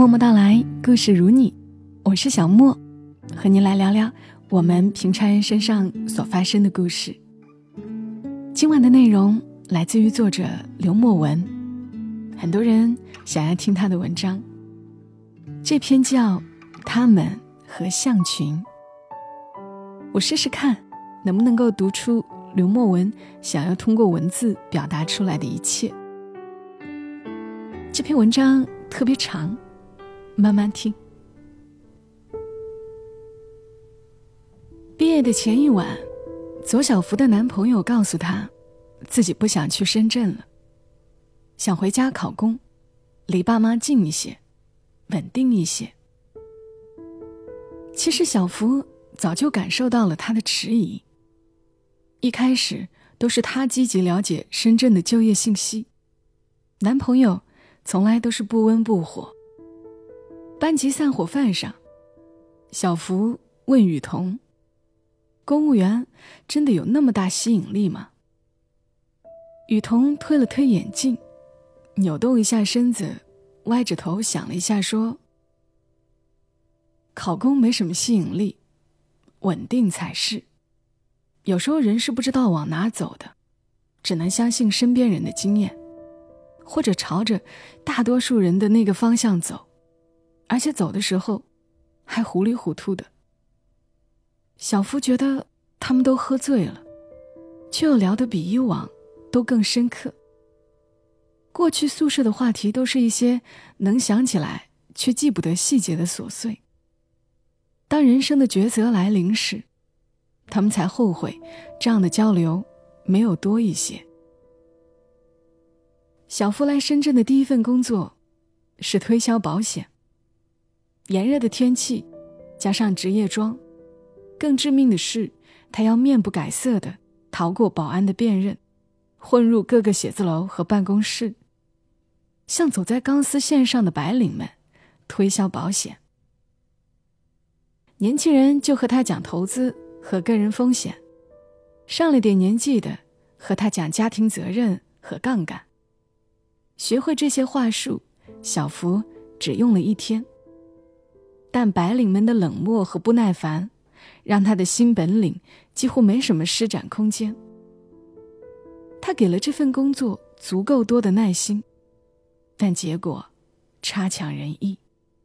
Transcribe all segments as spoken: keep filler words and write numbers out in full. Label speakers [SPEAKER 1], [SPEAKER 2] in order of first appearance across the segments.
[SPEAKER 1] 默默到来，故事如你，我是小莫，和您来聊聊我们平常人身上所发生的故事。今晚的内容来自于作者刘墨文，很多人想要听他的文章，这篇叫《他们和象群》。我试试看能不能够读出刘墨文想要通过文字表达出来的一切。这篇文章特别长，慢慢听。毕业的前一晚，左小福的男朋友告诉她，自己不想去深圳了，想回家考公，离爸妈近一些，稳定一些。其实小福早就感受到了他的迟疑，一开始都是他积极了解深圳的就业信息，男朋友从来都是不温不火。班级散伙饭上，小福问雨桐，公务员真的有那么大吸引力吗？雨桐推了推眼镜，扭动一下身子，歪着头想了一下说，考公没什么吸引力，稳定才是。有时候人是不知道往哪走的，只能相信身边人的经验，或者朝着大多数人的那个方向走，而且走的时候还糊里糊涂的。小福觉得他们都喝醉了，却又聊得比以往都更深刻。过去宿舍的话题都是一些能想起来却记不得细节的琐碎。当人生的抉择来临时，他们才后悔这样的交流没有多一些。小福来深圳的第一份工作是推销保险。炎热的天气加上职业装，更致命的是他要面不改色地逃过保安的辨认，混入各个写字楼和办公室，向走在钢丝线上的白领们推销保险。年轻人就和他讲投资和个人风险，上了点年纪的和他讲家庭责任和杠杆。学会这些话术，小福只用了一天，但白领们的冷漠和不耐烦让他的新本领几乎没什么施展空间。他给了这份工作足够多的耐心，但结果差强人意。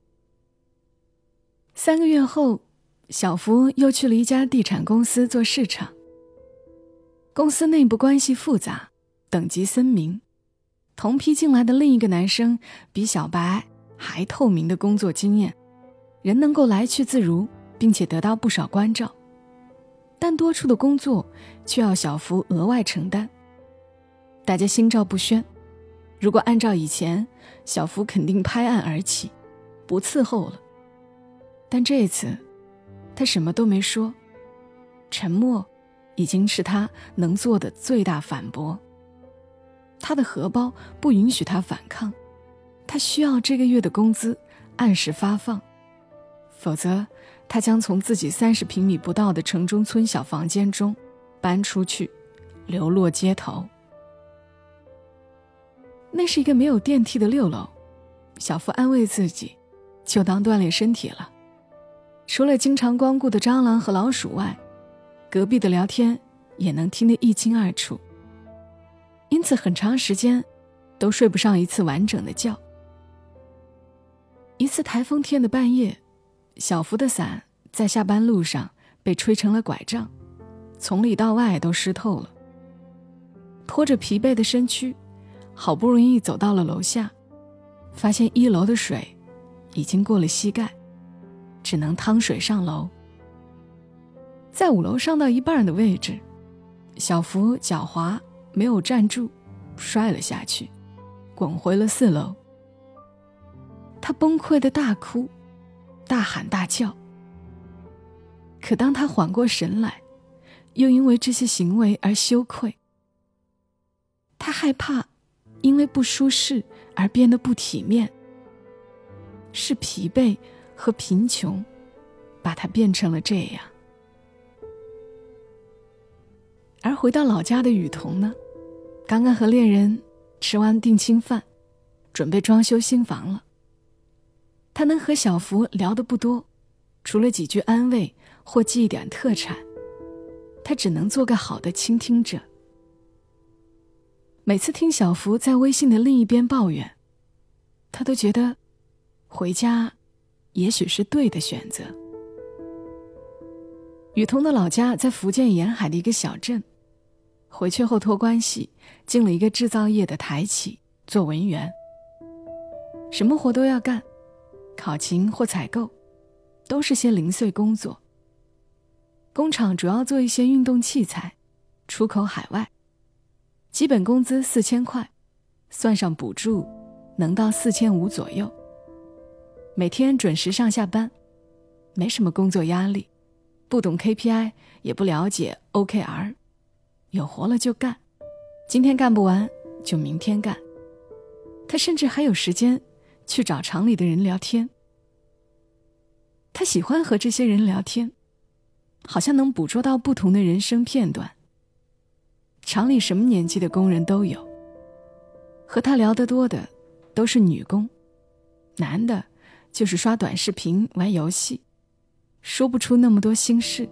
[SPEAKER 1] 三个月后，小福又去了一家地产公司做市场。公司内部关系复杂，等级森明，同批进来的另一个男生比小白还透明的工作经验，人能够来去自如，并且得到不少关照，但多出的工作却要小福额外承担。大家心照不宣，如果按照以前，小福肯定拍案而起，不伺候了。但这次他什么都没说，沉默已经是他能做的最大反驳。他的荷包不允许他反抗，他需要这个月的工资按时发放，否则他将从自己三十平米不到的城中村小房间中搬出去，流落街头。那是一个没有电梯的六楼，小福安慰自己，就当锻炼身体了。除了经常光顾的蟑螂和老鼠外，隔壁的聊天也能听得一清二楚，因此很长时间都睡不上一次完整的觉。一次台风天的半夜，小福的伞在下班路上被吹成了拐杖，从里到外都湿透了。拖着疲惫的身躯，好不容易走到了楼下，发现一楼的水已经过了膝盖，只能趟水上楼。在五楼上到一半的位置，小福脚滑没有站住，摔了下去，滚回了四楼。他崩溃的大哭，大喊大叫。可当他缓过神来，又因为这些行为而羞愧。他害怕因为不舒适而变得不体面，是疲惫和贫穷把他变成了这样。而回到老家的雨桐呢，刚刚和恋人吃完定亲饭，准备装修新房了。 她能和小福聊得不多，除了几句安慰或寄一点特产，她只能做个好的倾听者。每次听小福在微信的另一边抱怨，她都觉得回家也许是对的选择。雨桐的老家在福建沿海的一个小镇，回去后托关系进了一个制造业的台企做文员，什么活都要干，考勤或采购都是些零碎工作。工厂主要做一些运动器材，出口海外，基本工资四千块，算上补助能到四千五左右。每天准时上下班，没什么工作压力，不懂 K P I， 也不了解 O K R， 有活了就干，今天干不完就明天干。他甚至还有时间去找厂里的人聊天。他喜欢和这些人聊天，好像能捕捉到不同的人生片段。厂里什么年纪的工人都有，和他聊得多的都是女工，男的就是刷短视频玩游戏，说不出那么多心事。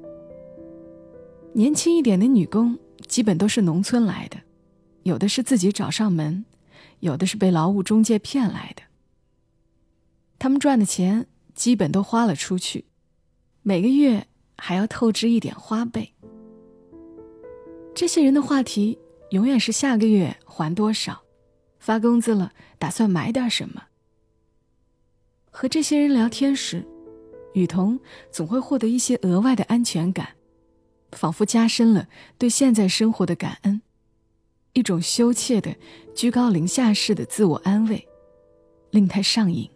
[SPEAKER 1] 年轻一点的女工基本都是农村来的，有的是自己找上门，有的是被劳务中介骗来的。他们赚的钱基本都花了出去，每个月还要透支一点花呗。这些人的话题永远是下个月还多少，发工资了打算买点什么。和这些人聊天时，雨桐总会获得一些额外的安全感，仿佛加深了对现在生活的感恩，一种羞怯的居高临下式的自我安慰，令他上瘾。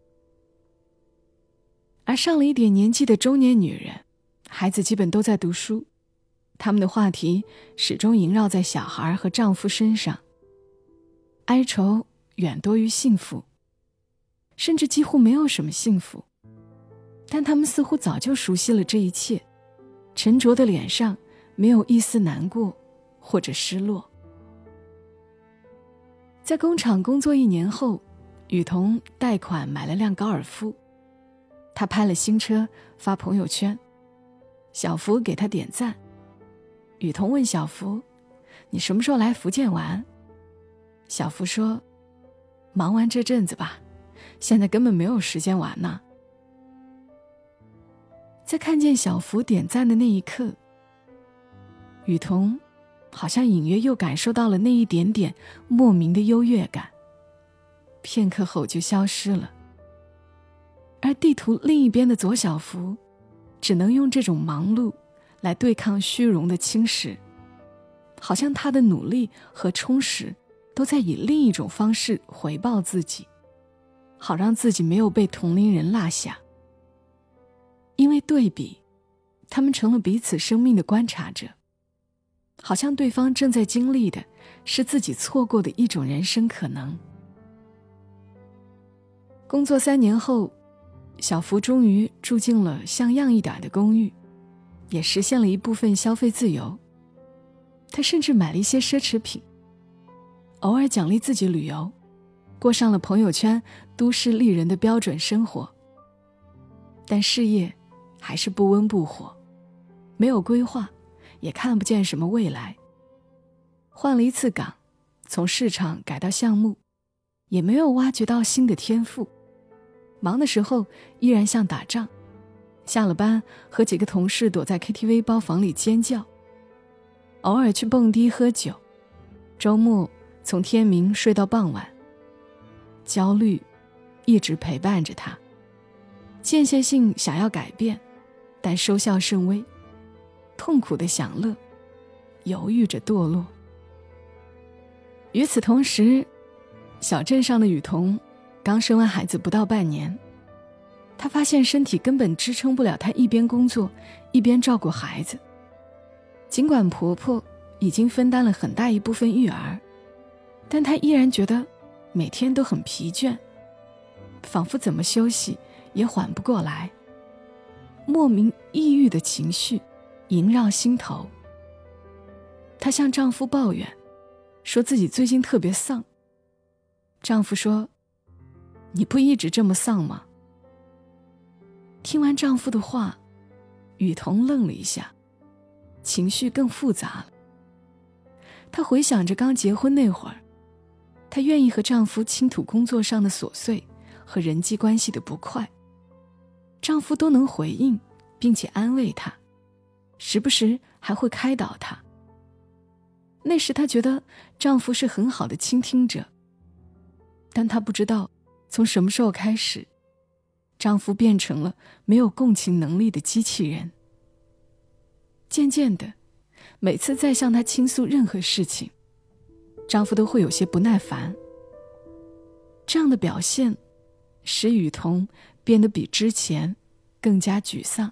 [SPEAKER 1] 而上了一点年纪的中年女人，孩子基本都在读书，他们的话题始终萦绕在小孩和丈夫身上，哀愁远多于幸福，甚至几乎没有什么幸福，但他们似乎早就熟悉了这一切，沉着的脸上没有一丝难过或者失落。在工厂工作一年后，雨桐贷款买了辆高尔夫，他拍了新车发朋友圈，小福给他点赞。雨桐问小福，你什么时候来福建玩？小福说，忙完这阵子吧，现在根本没有时间玩呢。在看见小福点赞的那一刻，雨桐好像隐约又感受到了那一点点莫名的优越感，片刻后就消失了。而地图另一边的左小福只能用这种忙碌来对抗虚荣的侵蚀，好像他的努力和充实都在以另一种方式回报自己，好让自己没有被同龄人落下。因为对比，他们成了彼此生命的观察者，好像对方正在经历的是自己错过的一种人生可能。工作三年后，小福终于住进了像样一点的公寓，也实现了一部分消费自由。他甚至买了一些奢侈品，偶尔奖励自己旅游，过上了朋友圈都市丽人的标准生活。但事业还是不温不火，没有规划，也看不见什么未来。换了一次岗，从市场改到项目，也没有挖掘到新的天赋。忙的时候依然像打仗，下了班和几个同事躲在 K T V 包房里尖叫，偶尔去蹦迪喝酒，周末从天明睡到傍晚。焦虑一直陪伴着他，间歇性想要改变，但收效甚微，痛苦的享乐，犹豫着堕落。与此同时，小镇上的雨桐刚生完孩子不到半年，她发现身体根本支撑不了她一边工作一边照顾孩子。尽管婆婆已经分担了很大一部分育儿，但她依然觉得每天都很疲倦，仿佛怎么休息也缓不过来，莫名抑郁的情绪萦绕心头。她向丈夫抱怨，说自己最近特别丧。丈夫说， 你不一直这么丧吗？听完丈夫的话，雨桐愣了一下，情绪更复杂了。她回想着刚结婚那会儿，她愿意和丈夫倾吐工作上的琐碎和人际关系的不快，丈夫都能回应并且安慰她，时不时还会开导她。那时她觉得丈夫是很好的倾听者，但她不知道从什么时候开始，丈夫变成了没有共情能力的机器人。渐渐的，每次再向她倾诉任何事情，丈夫都会有些不耐烦。这样的表现使雨桐变得比之前更加沮丧。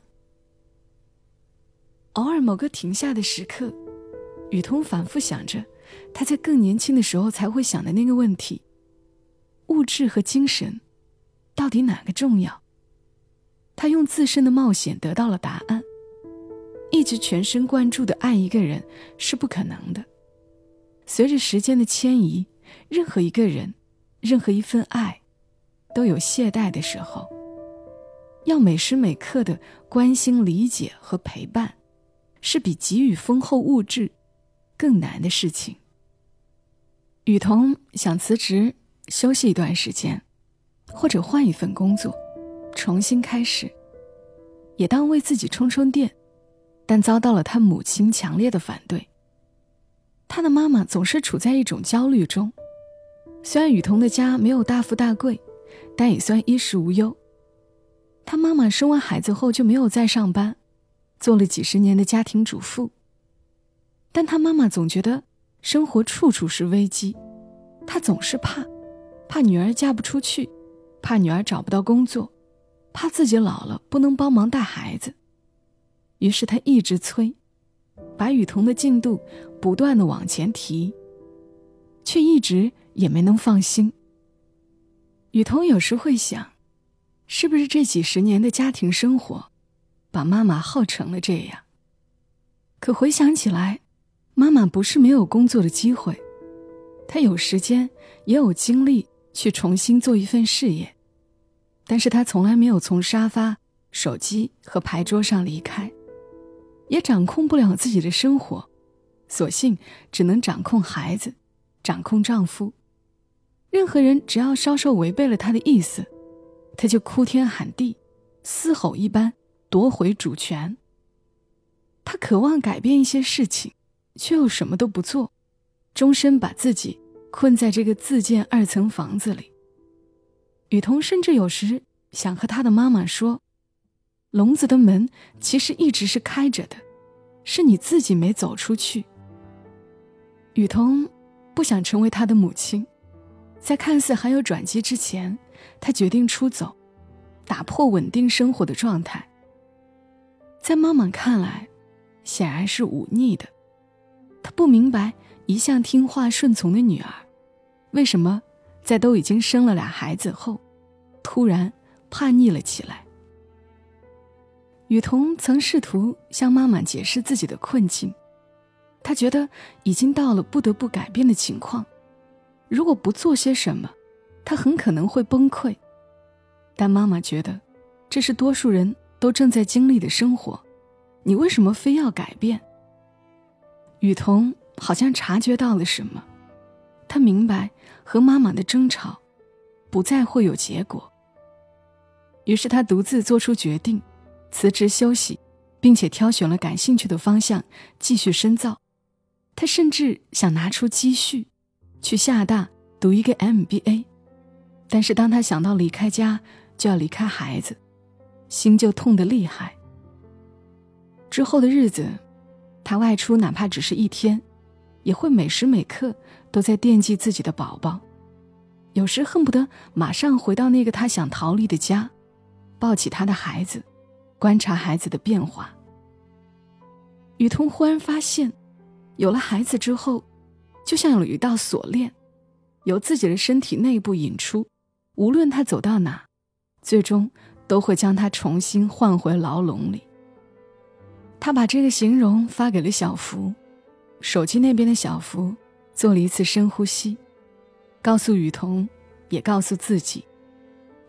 [SPEAKER 1] 偶尔某个停下的时刻，雨桐反复想着她在更年轻的时候才会想的那个问题：物质和精神到底哪个重要？她用自身的冒险得到了答案。一直全神贯注地爱一个人是不可能的。随着时间的迁移，任何一个人，任何一份爱，都有懈怠的时候。要每时每刻的关心、理解和陪伴，是比给予丰厚物质更难的事情。雨桐想辞职，休息一段时间，或者换一份工作，重新开始，也当为自己充充电，但遭到了她母亲强烈的反对。她的妈妈总是处在一种焦虑中，虽然雨桐的家没有大富大贵，但也算衣食无忧。她妈妈生完孩子后就没有再上班，做了几十年的家庭主妇。但她妈妈总觉得生活处处是危机，她总是怕，怕女儿嫁不出去，怕女儿找不到工作，怕自己老了不能帮忙带孩子。于是她一直催，把雨桐的进度不断地往前提，却一直也没能放心。雨桐有时会想，是不是这几十年的家庭生活把妈妈耗成了这样？可回想起来，妈妈不是没有工作的机会，她有时间也有精力去重新做一份事业，但是她从来没有从沙发、手机和牌桌上离开，也掌控不了自己的生活，索性只能掌控孩子，掌控丈夫。任何人只要稍稍违背了她的意思，她就哭天喊地，嘶吼一般夺回主权。她渴望改变一些事情，却又什么都不做，终身把自己困在这个自建二层房子里。雨桐甚至有时想和她的妈妈说，笼子的门其实一直是开着的，是你自己没走出去。雨桐不想成为她的母亲，在看似还有转机之前，她决定出走，打破稳定生活的状态。在妈妈看来，显然是忤逆的。她不明白一向听话顺从的女儿，为什么在都已经生了俩孩子后，突然叛逆了起来。雨桐曾试图向妈妈解释自己的困境，她觉得已经到了不得不改变的情况，如果不做些什么，她很可能会崩溃。但妈妈觉得这是多数人都正在经历的生活，你为什么非要改变？雨桐好像察觉到了什么，她明白和妈妈的争吵不再会有结果。于是她独自做出决定，辞职休息，并且挑选了感兴趣的方向继续深造。她甚至想拿出积蓄去厦大读一个 M B A， 但是当她想到离开家就要离开孩子，心就痛得厉害。之后的日子，她外出哪怕只是一天，也会每时每刻都在惦记自己的宝宝，有时恨不得马上回到那个她想逃离的家，抱起她的孩子，观察孩子的变化。雨桐忽然发现，有了孩子之后，就像有一道锁链，由自己的身体内部引出，无论她走到哪，最终都会将她重新换回牢笼里。她把这个形容发给了小福，手机那边的小福做了一次深呼吸，告诉雨桐，也告诉自己，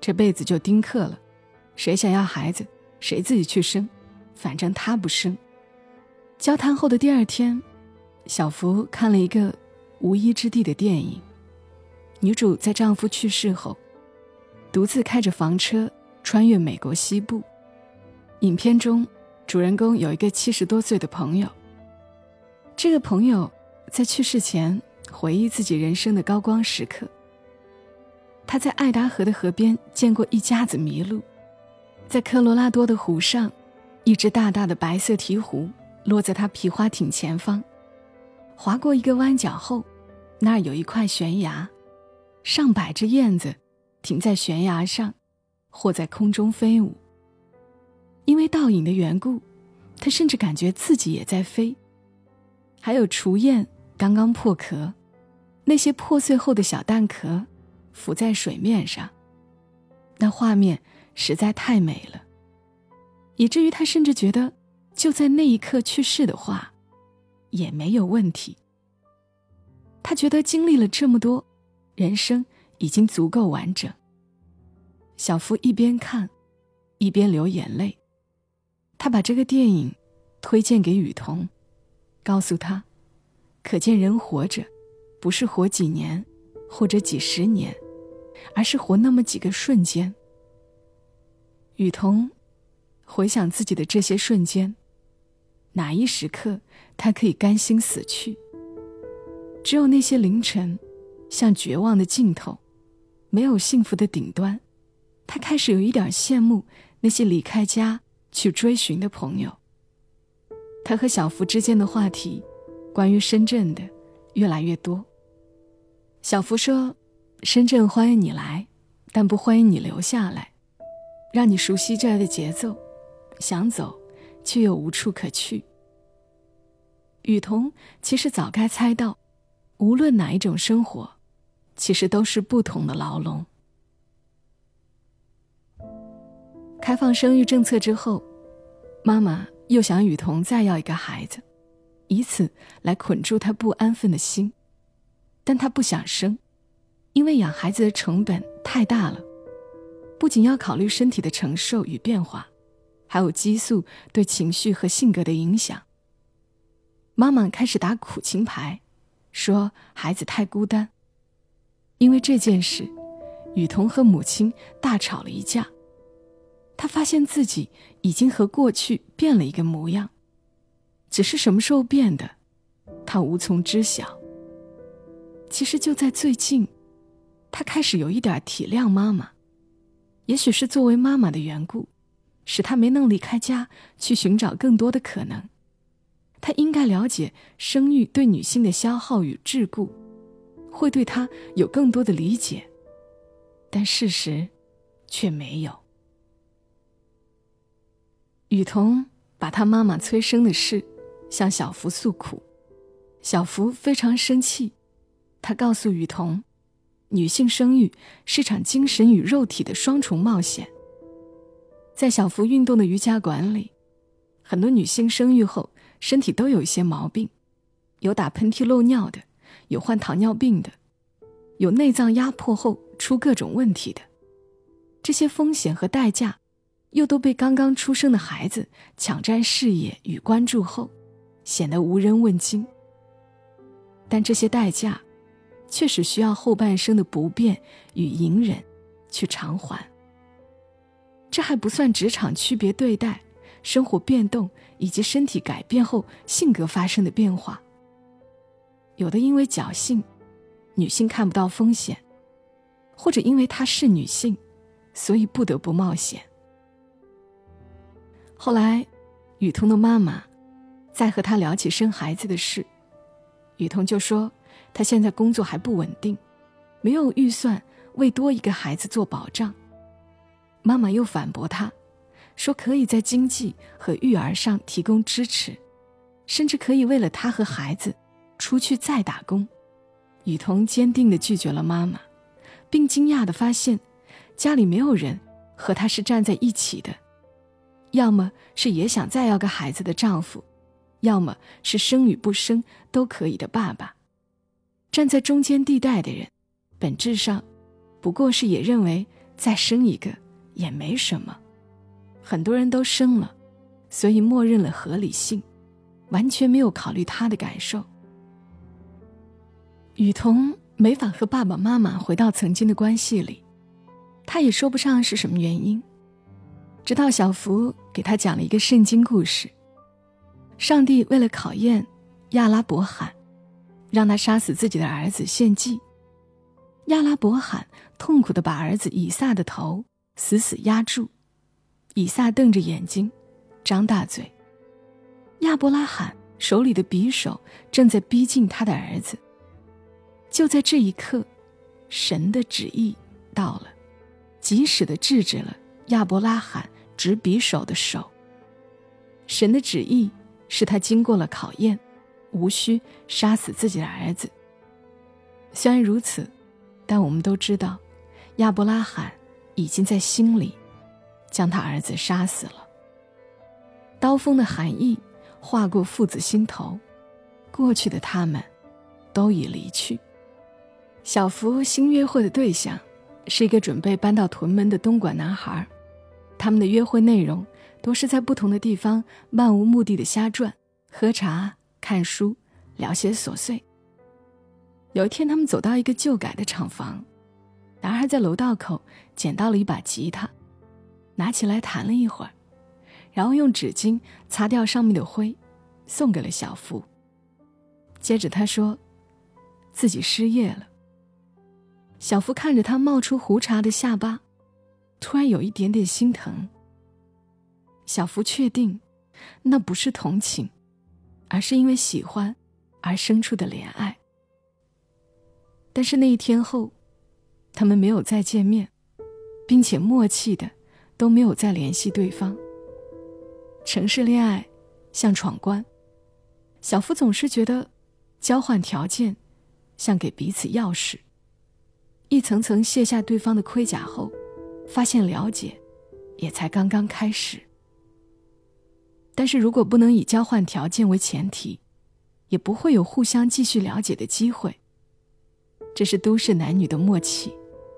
[SPEAKER 1] 这辈子就丁克了，谁想要孩子谁自己去生，反正他不生。交谈后的第二天，小福看了一个无依之地的电影，女主在丈夫去世后独自开着房车穿越美国西部。影片中主人公有一个七十多岁的朋友，这个朋友在去世前回忆自己人生的高光时刻。他在爱达河的河边见过一家子麋鹿，在科罗拉多的湖上，一只大大的白色鹈鹕落在他皮划艇前方，划过一个弯角后，那儿有一块悬崖，上百只燕子停在悬崖上，或在空中飞舞。因为倒影的缘故，他甚至感觉自己也在飞。还有雏燕刚刚破壳，那些破碎后的小蛋壳浮在水面上，那画面实在太美了，以至于他甚至觉得就在那一刻去世的话也没有问题。他觉得经历了这么多，人生已经足够完整。小福一边看一边流眼泪，他把这个电影推荐给雨桐，告诉他，可见人活着不是活几年或者几十年，而是活那么几个瞬间。雨桐回想自己的这些瞬间，哪一时刻他可以甘心死去？只有那些凌晨像绝望的尽头，没有幸福的顶端。他开始有一点羡慕那些离开家去追寻的朋友。他和小福之间的话题关于深圳的越来越多。小福说，深圳欢迎你来，但不欢迎你留下来，让你熟悉这儿的节奏，想走却又无处可去。雨桐其实早该猜到，无论哪一种生活，其实都是不同的牢笼。开放生育政策之后，妈妈又想雨桐再要一个孩子，以此来捆住她不安分的心。但她不想生，因为养孩子的成本太大了，不仅要考虑身体的承受与变化，还有激素对情绪和性格的影响。妈妈开始打苦情牌，说孩子太孤单。因为这件事，雨桐和母亲大吵了一架。她发现自己已经和过去变了一个模样，只是什么时候变的，她无从知晓。其实就在最近，她开始有一点体谅妈妈，也许是作为妈妈的缘故，使她没能离开家去寻找更多的可能。她应该了解生育对女性的消耗与桎梏，会对她有更多的理解，但事实却没有。雨桐把她妈妈催生的事向小福诉苦，小福非常生气。他告诉雨桐，女性生育是场精神与肉体的双重冒险。在小福运动的瑜伽馆里，很多女性生育后身体都有一些毛病，有打喷嚏漏尿的，有患糖尿病的，有内脏压迫后出各种问题的。这些风险和代价又都被刚刚出生的孩子抢占视野与关注后，显得无人问津。但这些代价确实需要后半生的不便与隐忍去偿还。这还不算职场区别对待、生活变动以及身体改变后性格发生的变化。有的因为侥幸，女性看不到风险，或者因为她是女性，所以不得不冒险。后来雨桐的妈妈再和她聊起生孩子的事，雨桐就说她现在工作还不稳定，没有预算为多一个孩子做保障。妈妈又反驳她，说可以在经济和育儿上提供支持，甚至可以为了她和孩子出去再打工。雨桐坚定地拒绝了妈妈，并惊讶地发现家里没有人和她是站在一起的，要么是也想再要个孩子的丈夫，要么是生与不生都可以的爸爸。站在中间地带的人，本质上不过是也认为再生一个也没什么，很多人都生了，所以默认了合理性，完全没有考虑他的感受。雨桐没法和爸爸妈妈回到曾经的关系里，他也说不上是什么原因。直到小福给他讲了一个圣经故事，上帝为了考验亚拉伯罕，让他杀死自己的儿子献祭。亚拉伯罕痛苦地把儿子以撒的头死死压住，以撒瞪着眼睛，张大嘴。亚伯拉罕手里的匕首正在逼近他的儿子。就在这一刻，神的旨意到了，及时地制止了亚伯拉罕执匕首的手。神的旨意是他经过了考验，无需杀死自己的儿子。虽然如此，但我们都知道，亚伯拉罕已经在心里将他儿子杀死了。刀锋的寒意划过父子心头，过去的他们都已离去。小福新约会的对象是一个准备搬到屯门的东莞男孩，他们的约会内容都是在不同的地方漫无目的的瞎转，喝茶、看书、聊些琐碎。有一天，他们走到一个旧改的厂房，男孩在楼道口捡到了一把吉他，拿起来弹了一会儿，然后用纸巾擦掉上面的灰，送给了小福。接着他说自己失业了。小福看着他冒出胡茬的下巴，突然有一点点心疼。小福确定那不是同情，而是因为喜欢而生出的怜爱。但是那一天后，他们没有再见面，并且默契的都没有再联系对方。城市恋爱像闯关，小福总是觉得交换条件像给彼此钥匙，一层层卸下对方的盔甲后，发现了解也才刚刚开始。但是如果不能以交换条件为前提，也不会有互相继续了解的机会。这是都市男女的默契。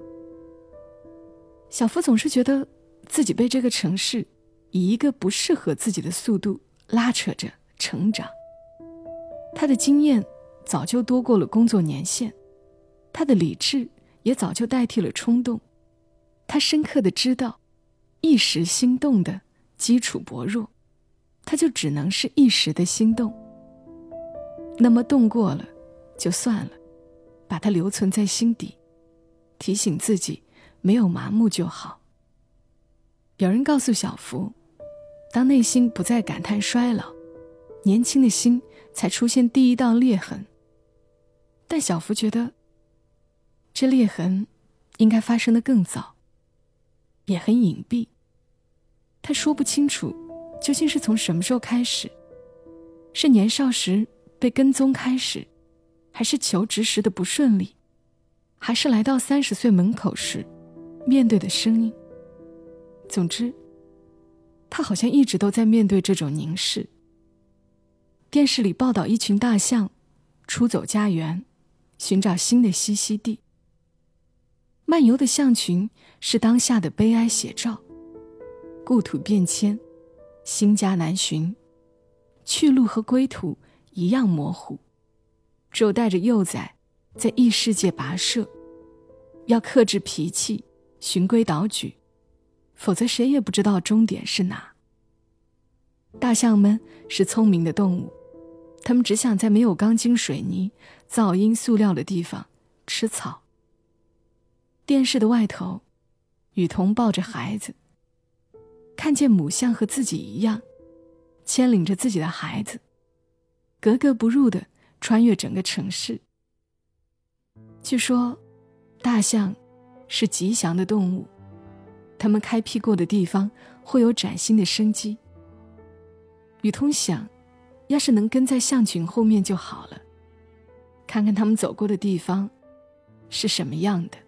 [SPEAKER 1] 小福总是觉得自己被这个城市以一个不适合自己的速度拉扯着成长。他的经验早就多过了工作年限，他的理智也早就代替了冲动。他深刻地知道，一时心动的基础薄弱，他就只能是一时的心动。那么动过了就算了，把它留存在心底，提醒自己没有麻木就好。有人告诉小福，当内心不再感叹衰老，年轻的心才出现第一道裂痕。但小福觉得这裂痕应该发生得更早，也很隐蔽。他说不清楚究竟是从什么时候开始，是年少时被跟踪开始，还是求职时的不顺利，还是来到三十岁门口时面对的声音。总之，他好像一直都在面对这种凝视。电视里报道一群大象出走家园，寻找新的栖息地。漫游的象群是当下的悲哀写照，故土变迁，新家难寻，去路和归途一样模糊，只有带着幼崽在异世界跋涉，要克制脾气，循规蹈矩，否则谁也不知道终点是哪。大象们是聪明的动物，它们只想在没有钢筋水泥、噪音塑料的地方吃草。电视的外头，雨桐抱着孩子，看见母象和自己一样，牵领着自己的孩子，格格不入地穿越整个城市。据说大象是吉祥的动物，它们开辟过的地方会有崭新的生机。雨桐想，要是能跟在象群后面就好了，看看他们走过的地方是什么样的。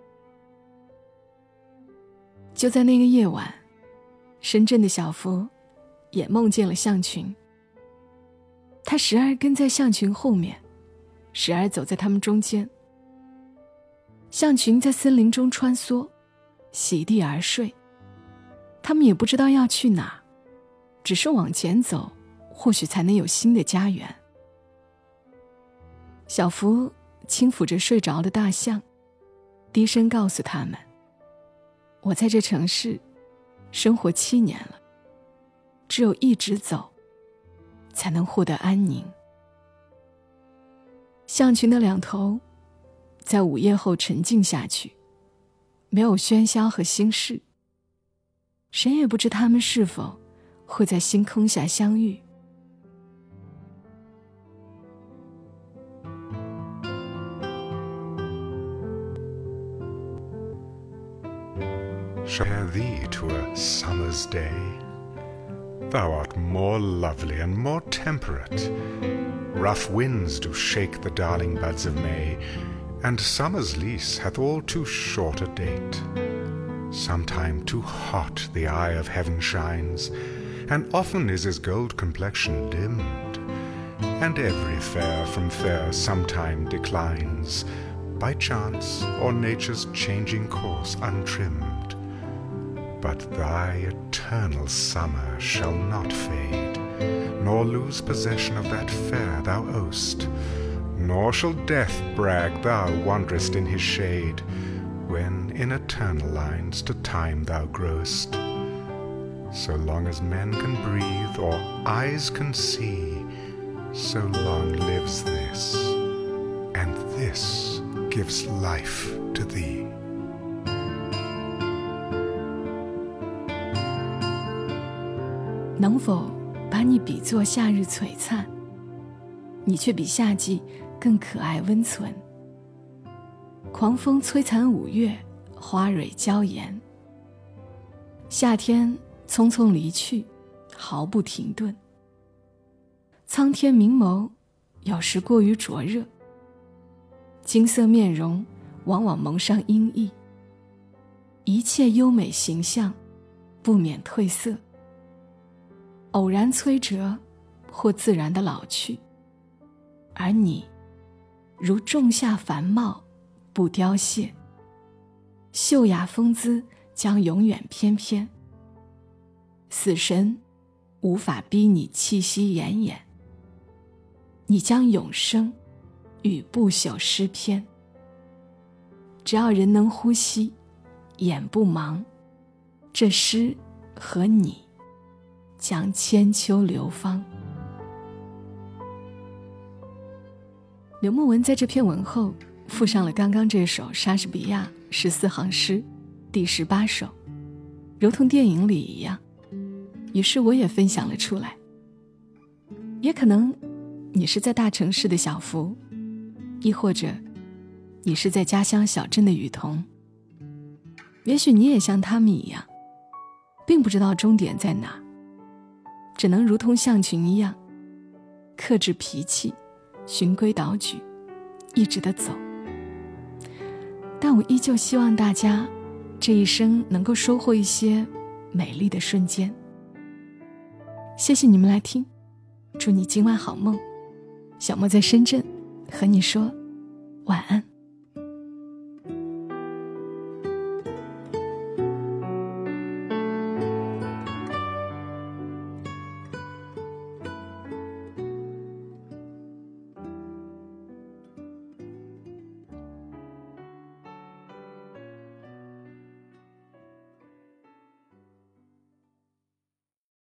[SPEAKER 1] 就在那个夜晚，深圳的小福也梦见了象群。他时而跟在象群后面，时而走在他们中间。象群在森林中穿梭， 席地而睡。他们也不知道要去哪，只是往前走，或许才能有新的家园。小福轻抚着睡着的大象，低声告诉他们，我在这城市生活七年了，只有一直走才能获得安宁。象群的两头在午夜后沉静下去，没有喧嚣和心事，谁也不知他们是否会在星空下相遇。
[SPEAKER 2] Share thee to a summer's day. Thou art more lovely and more temperate. Rough winds do shake the darling buds of May, and summer's lease hath all too short a date. Sometime too hot the eye of heaven shines, and often is his gold complexion dimmed, and every fair from fair sometime declines, by chance or nature's changing course untrimmed. But thy eternal summer shall not fade, nor lose possession of that fair thou owest, nor shall death brag thou wanderest in his shade, when in eternal lines to time thou growest. So long as men can breathe or eyes can see, so long lives this, and this gives life to thee.
[SPEAKER 1] 能否把你比作夏日璀璨，你却比夏季更可爱温存。狂风摧残五月，花蕊娇艳。夏天匆匆离去，毫不停顿。苍天明眸，有时过于灼热，金色面容往往蒙上阴翳，一切优美形象不免褪色，偶然摧折或自然的老去，而你如仲夏繁茂，不凋谢，秀雅风姿将永远翩翩，死神无法逼你气息奄奄，你将永生与不朽诗篇。只要人能呼吸，眼不盲，这诗和你将千秋流芳。刘墨文在这篇文后附上了刚刚这首莎士比亚十四行诗第十八首，如同电影里一样，于是我也分享了出来。也可能你是在大城市的小福，亦或者你是在家乡小镇的雨桐，也许你也像他们一样，并不知道终点在哪，只能如同象群一样克制脾气，循规蹈矩，一直的走。但我依旧希望大家这一生能够收获一些美丽的瞬间。谢谢你们来听，祝你今晚好梦。小莫在深圳和你说晚安。